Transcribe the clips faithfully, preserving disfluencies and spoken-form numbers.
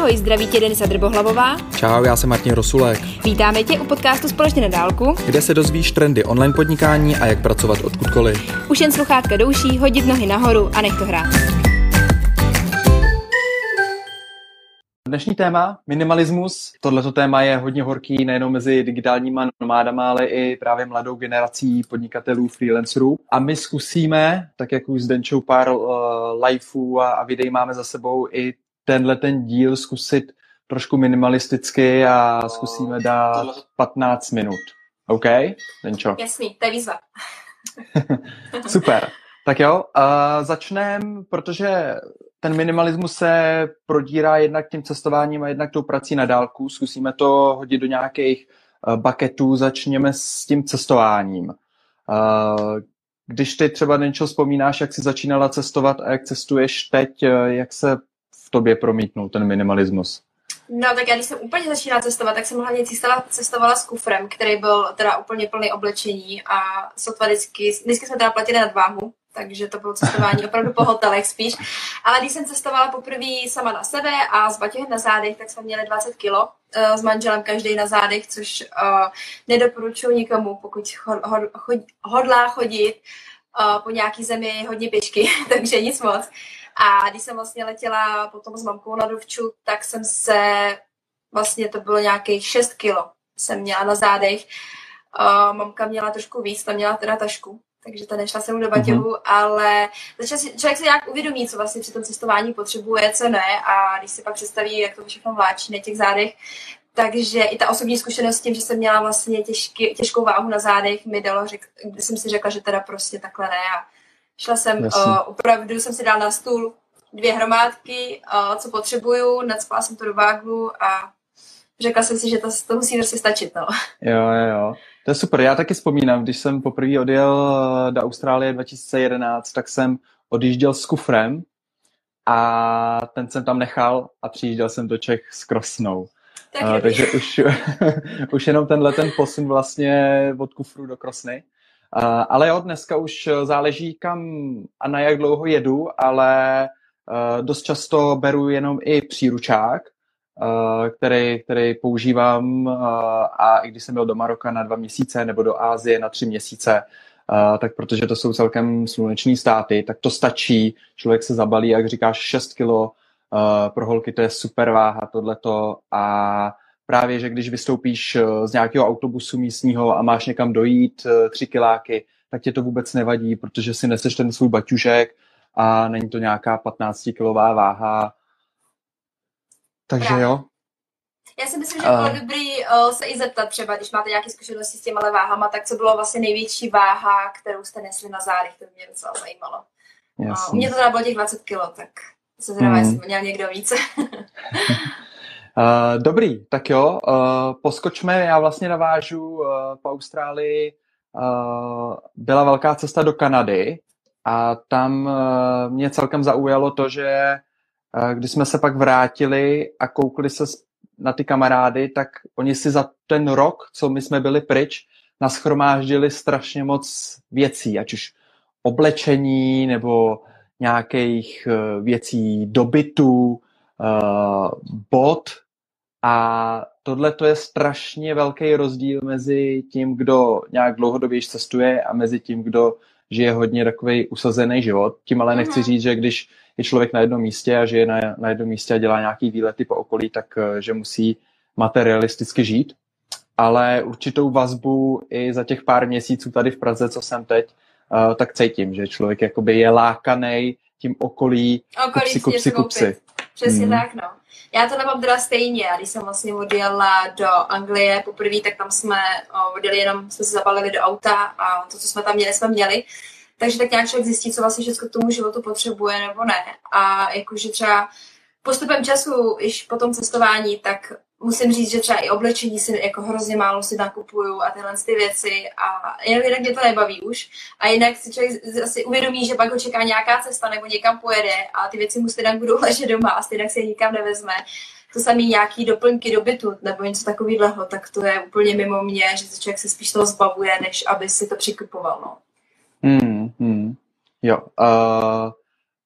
Ahoj, zdraví tě Denisa Drbohlavová. Čau, já jsem Martin Rosulek. Vítáme tě u podcastu Společně na dálku, kde se dozvíš trendy online podnikání a jak pracovat odkudkoliv. Už jen sluchátka do uší, hodit nohy nahoru a nech to hrát. Dnešní téma, minimalismus. Tohleto téma je hodně horký nejenom mezi digitálníma nomádama, ale i právě mladou generací podnikatelů, freelancerů. A my zkusíme, tak jak už s Denčou pár uh, liveů a, a videí máme za sebou, i tenhle ten díl zkusit trošku minimalisticky a zkusíme dát patnáct minut. OK, Denčo? Jasný, to je výzva. Super. Tak jo, uh, začneme, protože ten minimalismus se prodírá jednak tím cestováním a jednak tou prací na dálku. Zkusíme to hodit do nějakých uh, bucketů. Začněme s tím cestováním. Uh, když ty třeba, Denčo, vzpomínáš, jak jsi začínala cestovat a jak cestuješ teď, uh, jak se v tobě promítnul ten minimalismus? No tak já, když jsem úplně začínala cestovat, tak jsem hlavně cestovala, cestovala s kufrem, který byl teda úplně plný oblečení a sotva vždycky, vždycky jsme teda platili nadváhu, takže to bylo cestování opravdu po hotelech spíš. Ale když jsem cestovala poprvé sama na sebe a s baťohem na zádech, tak jsme měli dvacet kilo uh, s manželem každý na zádech, což uh, nedoporučuji nikomu, pokud ho, ho, ho, hodlá chodit uh, po nějaký zemi hodně pěšky, takže nic moc. A když jsem vlastně letěla potom s mamkou na Dovču, tak jsem se, vlastně to bylo nějakých šest kilo jsem měla na zádech. Uh, mamka měla trošku víc, ta měla teda tašku, takže ta nešla se mu do baťohu, mm-hmm. ale začal si, člověk si nějak uvědomí, co vlastně při tom cestování potřebuje, co ne, a když si pak představí, jak to všechno vláčí na těch zádech, takže i ta osobní zkušenost s tím, že jsem měla vlastně těžký, těžkou váhu na zádech, mi dalo, řek, kdy jsem si řekla, že teda prostě takhle ne. A šla jsem, uh, opravdu jsem si dala na stůl dvě hromádky, uh, co potřebuju, nacpala jsem to do váglu a řekla jsem si, že to, to musí prostě stačit. No. Jo, jo, jo. To je super. Já taky vzpomínám, když jsem poprvé odjel do Austrálie dva tisíce jedenáct, tak jsem odjížděl s kufrem a ten jsem tam nechal a přijížděl jsem do Čech s krosnou. Tak uh, takže už, už jenom tenhle ten posun vlastně od kufru do krosny. Uh, ale jo, dneska už záleží kam a na jak dlouho jedu, ale uh, dost často beru jenom i příručák, uh, který, který používám uh, a i když jsem byl do Maroka na dva měsíce nebo do Asie na tři měsíce, uh, tak protože to jsou celkem sluneční státy, tak to stačí, člověk se zabalí, jak říkáš, šest kilo, uh, pro holky to je super váha tohleto a právě, že když vystoupíš z nějakého autobusu místního a máš někam dojít tři kiláky, tak tě to vůbec nevadí, protože si neseš ten svůj baťužek a není to nějaká patnáctikilová váha. Takže Právě. Jo. Já si myslím, že bylo uh, dobrý uh, se i zeptat třeba, když máte nějaké zkušenosti s těma váhama, tak co bylo vlastně největší váha, kterou jste nesli na zádech, to by mě docela zajímalo. Uh, u mě to teda bylo těch dvacet kilo, tak se zrovna, jestli měl někdo víc. Uh, dobrý, tak jo, uh, poskočme, já vlastně navážu uh, po Austrálii, uh, byla velká cesta do Kanady a tam uh, mě celkem zaujalo to, že uh, když jsme se pak vrátili a koukli se na ty kamarády, tak oni si za ten rok, co my jsme byli pryč, nashromáždili strašně moc věcí, ať už oblečení nebo nějakých uh, věcí do bytu, uh, bod. A tohle to je strašně velký rozdíl mezi tím, kdo nějak dlouhodobě cestuje a mezi tím, kdo žije hodně takovej usazený život. Tím ale nechci říct, že když je člověk na jednom místě a žije na, na jednom místě a dělá nějaký výlety po okolí, tak že musí materialisticky žít. Ale určitou vazbu i za těch pár měsíců tady v Praze, co jsem teď, uh, tak cítím, že člověk jakoby je lákanej tím okolí, okolí kupsi, kupsi, kupsi. Přesně hmm. tak, no. Já to nemám teda stejně. A když jsem vlastně odjela do Anglie poprvé, tak tam jsme odjeli jenom, jsme se zabalili do auta a to, co jsme tam měli, jsme měli. Takže tak nějak člověk zjistí, co vlastně všechno k tomu životu potřebuje nebo ne. A jakože třeba postupem času, již po tom cestování, tak musím říct, že třeba i oblečení si jako hrozně málo si nakupuju a tyhle ty věci a jinak mě to nebaví už. A jinak si člověk asi uvědomí, že pak ho čeká nějaká cesta nebo někam pojede a ty věci mu stejně budou ležet doma a stejně si je nikam nevezme. To samý nějaký doplňky do bytu nebo něco takového, tak to je úplně mimo mě, že se člověk se spíš toho zbavuje, než aby si to přikupoval. No. Hmm, hmm. Jo. Uh,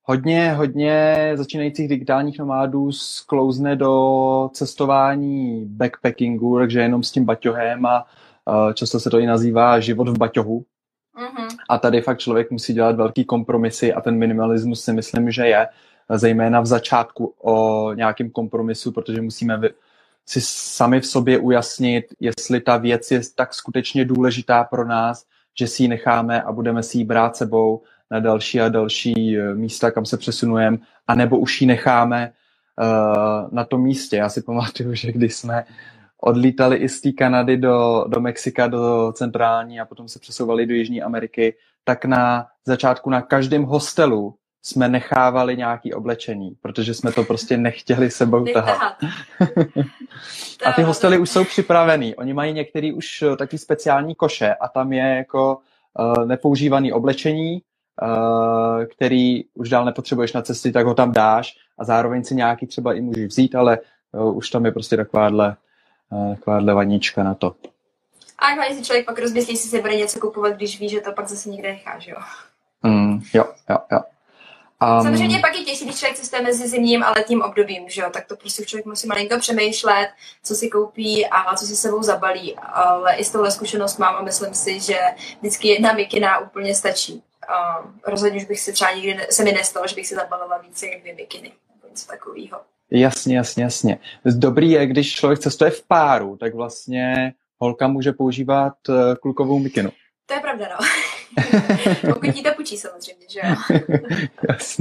hodně, hodně začínajících digitálních nomádů sklouzne do cestování backpackingu, takže jenom s tím baťohem a uh, často se to i nazývá život v baťohu. Mm-hmm. A tady fakt člověk musí dělat velký kompromisy a ten minimalismus si myslím, že je zejména v začátku o nějakém kompromisu, protože musíme si sami v sobě ujasnit, jestli ta věc je tak skutečně důležitá pro nás, že si ji necháme a budeme si ji brát sebou na další a další místa, kam se přesunujeme, anebo už ji necháme uh, na tom místě. Já si pamatuju, že když jsme odlítali i z té Kanady do, do Mexika, do centrální a potom se přesouvali do Jižní Ameriky, tak na začátku na každém hostelu jsme nechávali nějaké oblečení, protože jsme to prostě nechtěli sebou tahat. A ty hostely už jsou připravený. Oni mají některý už taky speciální koše a tam je jako uh, nepoužívaný oblečení, uh, který už dál nepotřebuješ na cesty, tak ho tam dáš a zároveň si nějaký třeba i můžeš vzít, ale uh, už tam je prostě takováhle, uh, takováhle vanička na to. A hlavně si člověk pak rozmyslí, jestli se bude něco kupovat, když ví, že to pak zase nikde nechá, že jo? Mm, jo, jo, jo. Um, Samozřejmě pak je těžší, když člověk cestuje mezi zimním a letním obdobím, že jo, tak to prostě člověk musí malinko přemýšlet, co si koupí a co si sebou zabalí, ale i s touhle zkušenost mám a myslím si, že vždycky jedna mikina úplně stačí. Uh, rozhodně už bych si třeba nikdy, se mi nestalo, že bych si zabalila více jak dvě mikiny, nebo něco takového. Jasně, jasně, jasně. Dobrý je, když člověk cestuje v páru, tak vlastně holka může používat klukovou mikinu. To je pravda, no. Pokud jí to půjčí samozřejmě, že jo. Jasně.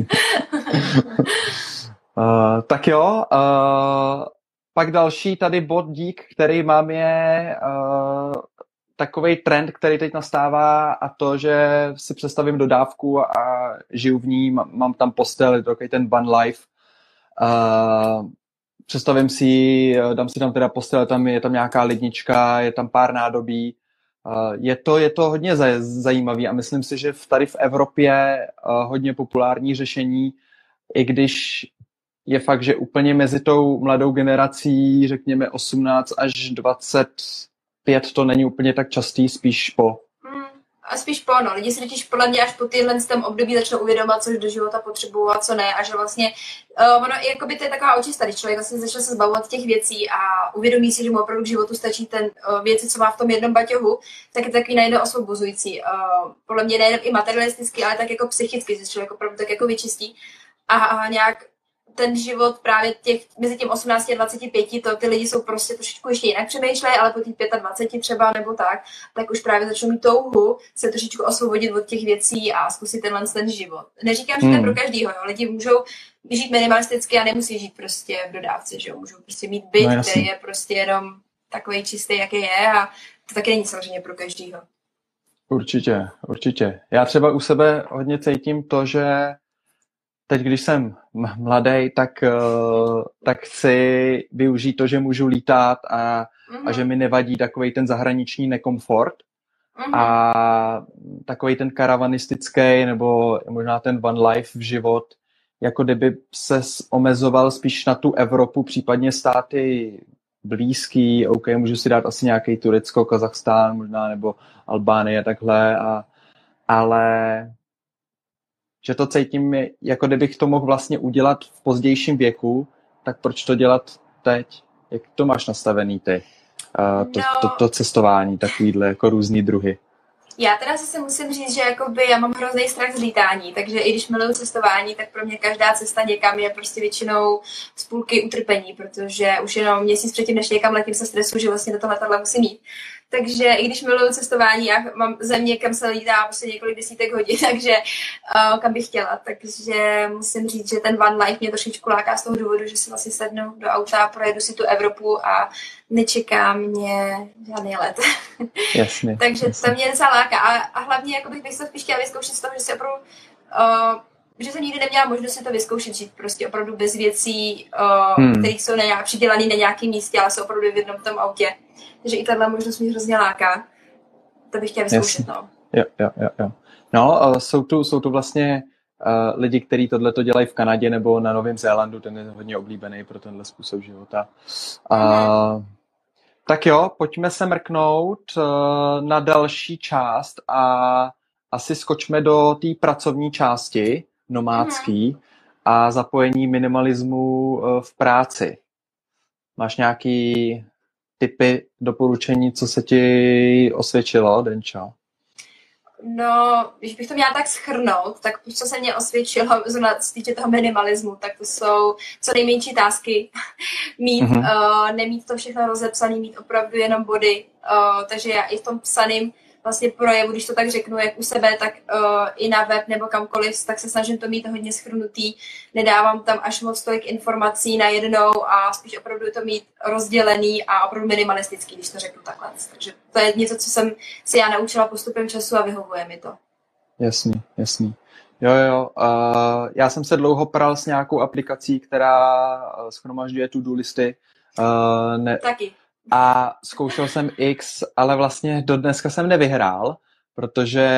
uh, tak jo, uh, pak další tady bod dík, který mám je uh, takovej trend, který teď nastává a to, že si představím dodávku a žiju v ní, mám tam postel, je to takový ten van life. Uh, představím si, dám si tam teda postel, tam je tam nějaká lednička, je tam pár nádobí. Je to, je to hodně zajímavé a myslím si, že tady v Evropě hodně populární řešení, i když je fakt, že úplně mezi tou mladou generací, řekněme osmnáct až dvacet pět, to není úplně tak častý, spíš po. Hmm, a spíš po, no. Lidi si totiž podle mě až po tyhle z tom období začnou uvědomovat, co do života potřebují a co ne. A že vlastně, uh, ono, jakoby to je taková očista, když člověk vlastně začal se zbavovat těch věcí a uvědomí si, že mu opravdu k životu stačí ten uh, věci, co má v tom jednom baťohu, tak je takový najednou osvobozující. Uh, podle mě nejen i materialisticky, ale tak jako psychicky se člověk opravdu tak jako vyčistí. A, a nějak ten život právě těch, mezi tím osmnácti a dvaceti pěti, to ty lidi jsou prostě trošičku ještě jinak přemýšlejí, ale po těch dvaceti pěti třeba nebo tak, tak už právě začnou mít touhu se trošičku osvobodit od těch věcí a zkusit tenhle ten život. Neříkám, že to je pro každýho, jo. Lidi můžou žít minimalisticky a nemusí žít prostě v dodávce, že jo. Můžou prostě mít byt, no, který je prostě jenom takový čistý, jaký je a to taky není samozřejmě pro každýho. Určitě, určitě. Já třeba u sebe hodně cítím to, že teď, když jsem mladý, tak, tak chci využít to, že můžu lítat a, mm-hmm. a že mi nevadí takovej ten zahraniční nekomfort mm-hmm. a takovej ten karavanistický nebo možná ten van life v život, jako kdyby se omezoval spíš na tu Evropu, případně státy blízký, OK, můžu si dát asi nějaký Turecko, Kazachstán možná, nebo Albánie takhle, a, ale že to cítím, jako kdybych to mohl vlastně udělat v pozdějším věku, tak proč to dělat teď? Jak to máš nastavený ty? Uh, to, no, to, to cestování, takovýhle jako různý druhy. Já teda zase musím říct, že jakoby já mám hrozný strach z lítání, takže i když miluju cestování, tak pro mě každá cesta někam je prostě většinou z půlky utrpení, protože už jenom měsíc předtím, než někam letím, se stresu, že vlastně do toho letadla musím jít. Takže i když miluju cestování, já mám země, kam se lítá prostě několik desítek hodin, takže uh, kam bych chtěla. Takže musím říct, že ten van life mě trošičku láká z toho důvodu, že si vlastně sednu do auta, projedu si tu Evropu a nečeká mě žádný let. Jasně. Takže jasně. to mě docela láká. A, a hlavně jako bych, bych to spíš chtěla vyzkoušet z toho, že si opravdu uh, že jsem nikdy neměla možnost si to vyzkoušet, žít prostě opravdu bez věcí, uh, hmm. které jsou nějak přidělané na nějakém místě, ale jsou opravdu v jednom tom autě. Takže i tahle možnost mě hrozně láká. To bych chtěla vyzkoušet, no. Jo, jo, jo, jo. No, uh, jsou, tu, jsou tu vlastně uh, lidi, kteří tohleto dělají v Kanadě nebo na Novém Zélandu, ten je hodně oblíbený pro tenhle způsob života. Uh, hmm. Tak jo, pojďme se mrknout uh, na další část a asi skočme do té pracovní části. nomádský mm-hmm. a zapojení minimalismu v práci. Máš nějaký tipy, doporučení, co se ti osvědčilo, Denčo? No, když bych to měla tak shrnout, tak co se mně osvědčilo z týče toho minimalismu, tak to jsou co nejmenší tásky. Mít, mm-hmm. uh, nemít to všechno rozepsané, mít opravdu jenom body. Uh, takže já i v tom psaným vlastně projevu, když to tak řeknu, jak u sebe, tak uh, i na web nebo kamkoliv, tak se snažím to mít hodně shrnutý. Nedávám tam až moc tolik informací najednou a spíš opravdu to mít rozdělený a opravdu minimalistický, když to řeknu takhle. Takže to je něco, co jsem si já naučila postupem času a vyhovuje mi to. Jasný, jasný. Jo, jo. Uh, já jsem se dlouho pral s nějakou aplikací, která shromažďuje to-do listy. Uh, ne... Taky. A zkoušel jsem X, ale vlastně do dneska jsem nevyhrál, protože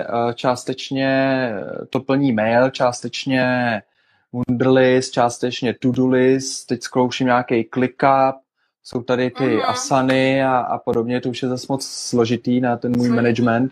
částečně to plní mail, částečně Wunderlist, částečně to-do list, teď zkouším nějaký ClickUp, jsou tady ty uh-huh. Asany a, a podobně, to už je zase moc složitý na ten můj management.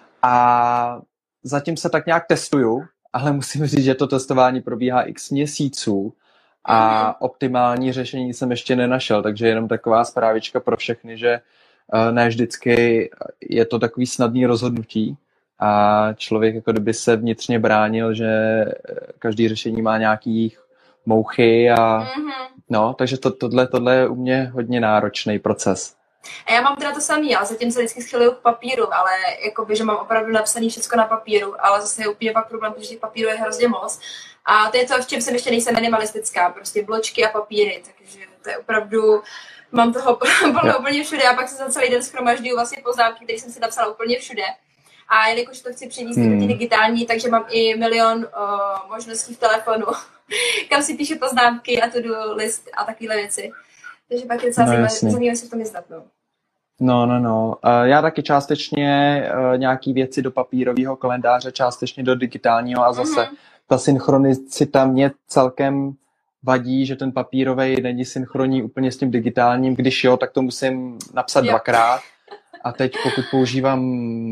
A zatím se tak nějak testuju, ale musím říct, že to testování probíhá x měsíců. A optimální řešení jsem ještě nenašel, takže jenom taková zprávička pro všechny, že ne vždycky je to takový snadný rozhodnutí a člověk jako kdyby se vnitřně bránil, že každý řešení má nějaký mouchy a no, takže to, tohle, tohle je u mě hodně náročný proces. A já mám teda to samý, ale zatím se vždycky schyluju k papíru, ale jakoby, že mám opravdu napsaný všechno na papíru, ale zase je úplně pak problém, protože těch papírů je hrozně moc. A to je to, v čem jsem ještě nejsem minimalistická, prostě bločky a papíry, takže to je opravdu, mám toho plno úplně všude a pak se za celý den shromažďuju vlastně poznámky, které jsem si napsala úplně všude. A jelikož to chci přenést hmm. do digitální, takže mám i milion uh, možností v telefonu, kam si píšu poznámky a to-do list a takovéhle věci. Takže pak je docela no, zajímavé se v tom vyznat. No. No, no, no. Já taky částečně nějaký věci do papírového kalendáře, částečně do digitálního a zase mm-hmm. ta synchronicita mě celkem vadí, že ten papírovej není synchronní úplně s tím digitálním. Když jo, tak to musím napsat jo. dvakrát. A teď pokud používám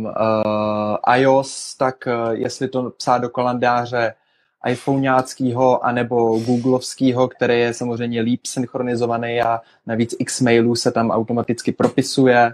uh, iOS, tak uh, jestli to psát do kalendáře iPhoneáckýho anebo Googlovskýho, který je samozřejmě líp synchronizovaný a navíc x mailů se tam automaticky propisuje.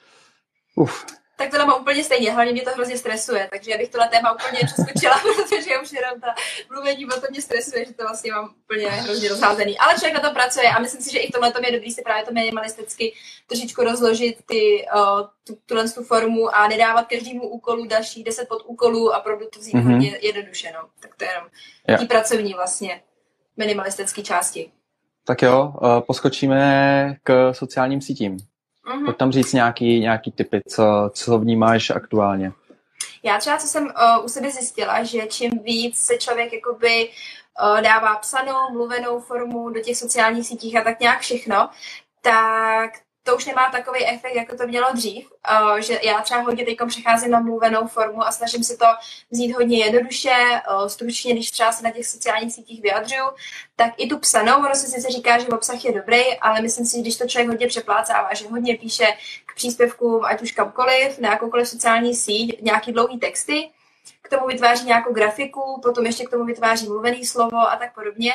Uf. Tak to mám úplně stejně, hlavně mě to hrozně stresuje, takže já bych tohle téma úplně přeskočila, protože už jenom ta mluvení o tom mě stresuje, že to vlastně mám úplně hrozně rozházený. Ale člověk na to pracuje a myslím si, že i v tomhle tom je dobrý si právě to minimalisticky trošičku rozložit ty, uh, tu, tuhle tu formu a nedávat každému úkolu dalších deset podúkolů a opravdu to vzít mm-hmm. hodně jednoduše. No. Tak to je jenom yeah. tí pracovní vlastně minimalistické části. Tak jo, uh, poskočíme k sociálním sítím. Mm-hmm. Pojď tam říct nějaký, nějaký tipy, co, co vnímáš aktuálně. Já třeba, co jsem uh, u sebe zjistila, že čím víc se člověk jakoby uh, dává psanou, mluvenou formu do těch sociálních sítích a tak nějak všechno, tak to už nemá takový efekt, jako to mělo dřív, uh, že já třeba hodně teďkom přecházím na mluvenou formu a snažím si to vzít hodně jednoduše, uh, stručně, když třeba se na těch sociálních sítích vyjadřuju, tak i tu psanou, ono se sice říká, že obsah je dobrý, ale myslím si, že když to člověk hodně přeplácává, že hodně píše k příspěvkům, ať už kamkoliv, na jakoukoliv sociální síť, nějaký dlouhý texty, k tomu vytváří nějakou grafiku, potom ještě k tomu vytváří mluvený slovo a tak podobně,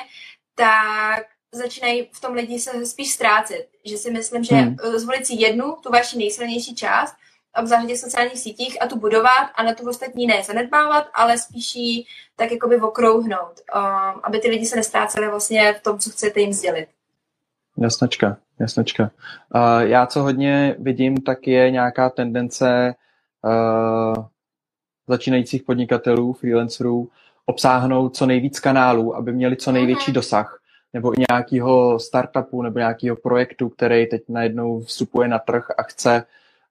tak začínají v tom lidi se spíš ztrácet. Že si myslím, že hmm. zvolit si jednu, tu vaši nejsilnější část, obzvlášť v těch sociálních sítích a tu budovat a na tu ostatní ne zanedbávat, ale spíš ji tak jakoby okrouhnout, um, aby ty lidi se nestráceli vlastně v tom, co chcete jim sdělit. Jasnačka, jasnačka. Uh, já co hodně vidím, tak je nějaká tendence uh, začínajících podnikatelů, freelancerů, obsáhnout co nejvíc kanálů, aby měli co největší mm-hmm. dosah, nebo i nějakého startupu, nebo nějakého projektu, který teď najednou vstupuje na trh a chce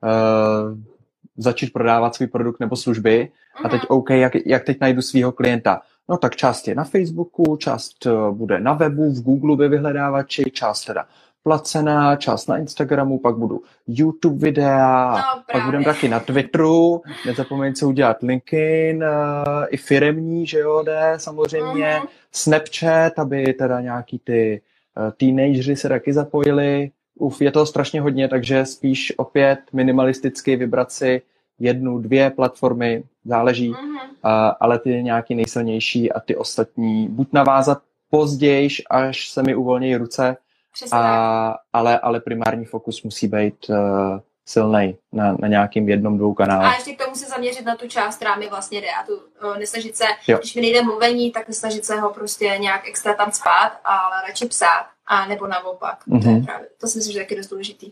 uh, začít prodávat svůj produkt nebo služby. Mm-hmm. A teď OK, jak, jak teď najdu svého klienta? No tak část je na Facebooku, část uh, bude na webu, v Google ve vyhledávači, část teda placená, část na Instagramu, pak budu YouTube videa, no, pak budem taky na Twitteru, nezapomeň se udělat LinkedIn, uh, i firemní, že jo, jde samozřejmě, mm-hmm. Snapchat, aby teda nějaký ty uh, teenageři se taky zapojili. Uf, je toho strašně hodně, takže spíš opět minimalisticky vybrat si jednu, dvě platformy, záleží, mm-hmm. uh, ale ty nějaký nejsilnější a ty ostatní buď navázat později, až se mi uvolnějí ruce, a, ale, ale primární fokus musí být uh, silnej na, na nějakým jednom, dvou kanále. A ještě k tomu se zaměřit na tu část, která mi vlastně jde. A tu uh, nesnažit se, jo. když mi nejde mluvení, tak nesnažit se ho prostě nějak extra tam spát, ale radši psát, a nebo naopak. Mm-hmm. To, je právě, to si myslím, že je taky dost důležitý.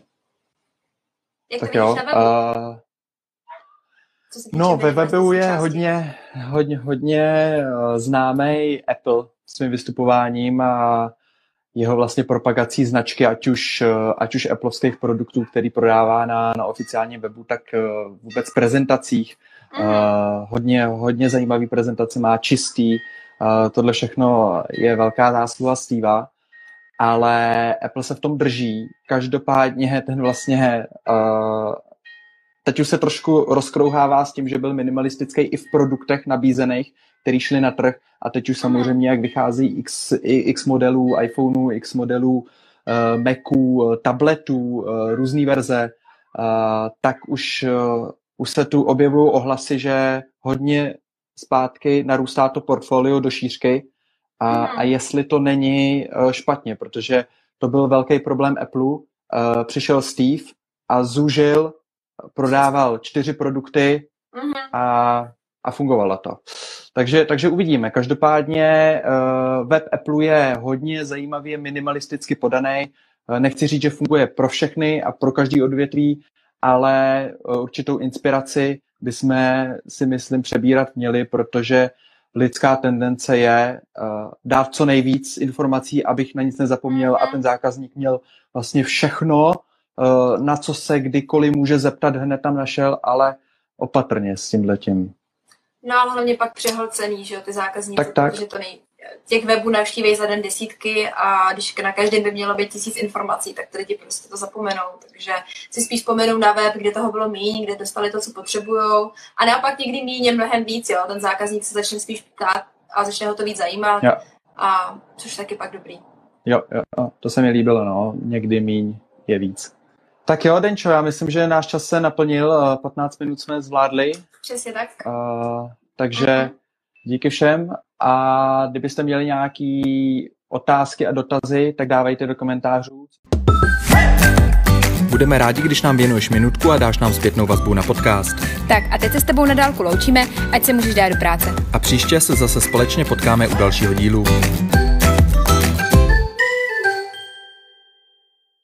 Jak tak to jo, vidíš na webu? Uh, no, ve webu je hodně, hodně, hodně uh, známý Apple svým vystupováním a jeho vlastně propagací značky, ať už, ať už Appleovských produktů, který prodává na, na oficiálním webu, tak vůbec prezentacích. Mm. Uh, hodně, hodně zajímavý prezentace má, čistý. Uh, tohle všechno je velká zásluha Steva, ale Apple se v tom drží. Každopádně ten vlastně uh, teď už se trošku rozkrouhává s tím, že byl minimalistický i v produktech nabízených, který šli na trh, a teď už samozřejmě, jak vychází x, x modelů iPhoneů, x modelů uh, Maců, tabletů, uh, různý verze, uh, tak už, uh, už se tu objevují ohlasy, že hodně zpátky narůstá to portfolio do šířky a, a jestli to není uh, špatně, protože to byl velký problém Apple. Uh, přišel Steve a zúžil, prodával čtyři produkty a, a fungovalo to. Takže, takže uvidíme. Každopádně uh, web Apple je hodně zajímavě minimalisticky podaný. Uh, nechci říct, že funguje pro všechny a pro každý odvětví, ale uh, určitou inspiraci bychom si myslím přebírat měli, protože lidská tendence je uh, dát co nejvíc informací, abych na nic nezapomněl a ten zákazník měl vlastně všechno, uh, na co se kdykoliv může zeptat, hned tam našel, ale opatrně s tímhletím. No ale hlavně pak přehlcený, že jo, ty zákazníci, tak, tak. protože to nej... těch webů navštíví za den desítky a když na každém by mělo být tisíc informací, tak ty lidi prostě to zapomenou, takže si spíš vzpomenou na web, kde toho bylo míň, kde dostali to, co potřebujou, a naopak někdy míň je mnohem víc, jo, ten zákazník se začne spíš ptát a začne ho to víc zajímat, jo. A což taky pak dobrý. Jo, jo, to se mi líbilo, no, někdy míň je víc. Tak jo, Denčo, já myslím, že náš čas se naplnil, patnáct minut jsme zvládli. Přesně tak. Uh, takže uh-huh. díky všem, a kdybyste měli nějaké otázky a dotazy, tak dávejte do komentářů. Budeme rádi, když nám věnuješ minutku a dáš nám zpětnou vazbu na podcast. Tak a teď se s tebou na dálku loučíme, ať se můžeš dát do práce. A příště se zase společně potkáme u dalšího dílu.